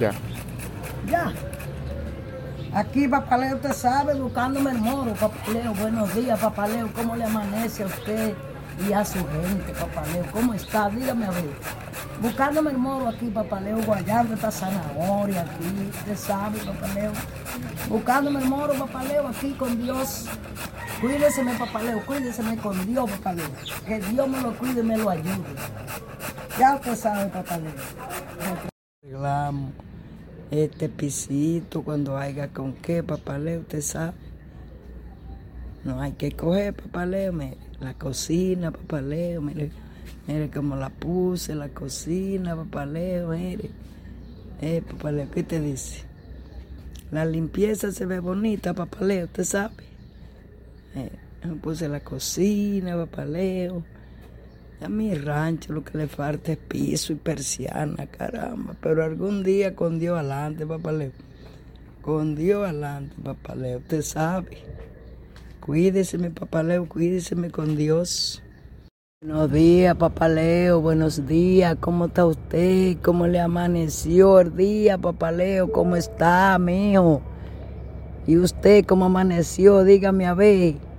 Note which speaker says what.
Speaker 1: Ya.
Speaker 2: Ya. Aquí, Papá Leo, usted sabe, buscándome el moro. Papá Leo, buenos días, Papá Leo. ¿Cómo le amanece a usted y a su gente, Papá Leo? ¿Cómo está? Dígame a ver. Buscándome el moro aquí, Papá Leo, guayando esta zanahoria aquí. Usted sabe, Papá Leo. Buscándome el moro, Papá Leo, aquí con Dios. Cuídeseme, Papá Leo, cuídeseme con Dios, Papá Leo. Que Dios me lo cuide y me lo ayude. Ya usted sabe, Papá Leo. Arreglamos este pisito cuando haya con qué, Papá Leo, usted sabe. No hay que coger, Papá Leo, mire, la cocina, Papá Leo, mire cómo la puse, la cocina, Papá Leo, mire. Papá Leo, ¿qué te dice? La limpieza se ve bonita, Papá Leo, usted sabe. Puse la cocina, Papá Leo. A mi rancho lo que le falta es piso y persiana, caramba. Pero algún día con Dios adelante, Papá Leo. Con Dios adelante, Papá Leo. Usted sabe. Cuídeseme, Papá Leo, cuídeseme con Dios. Buenos días, Papá Leo. Buenos días. ¿Cómo está usted? ¿Cómo le amaneció el día, Papá Leo? ¿Cómo está, mijo? ¿Y usted cómo amaneció? Dígame a ver.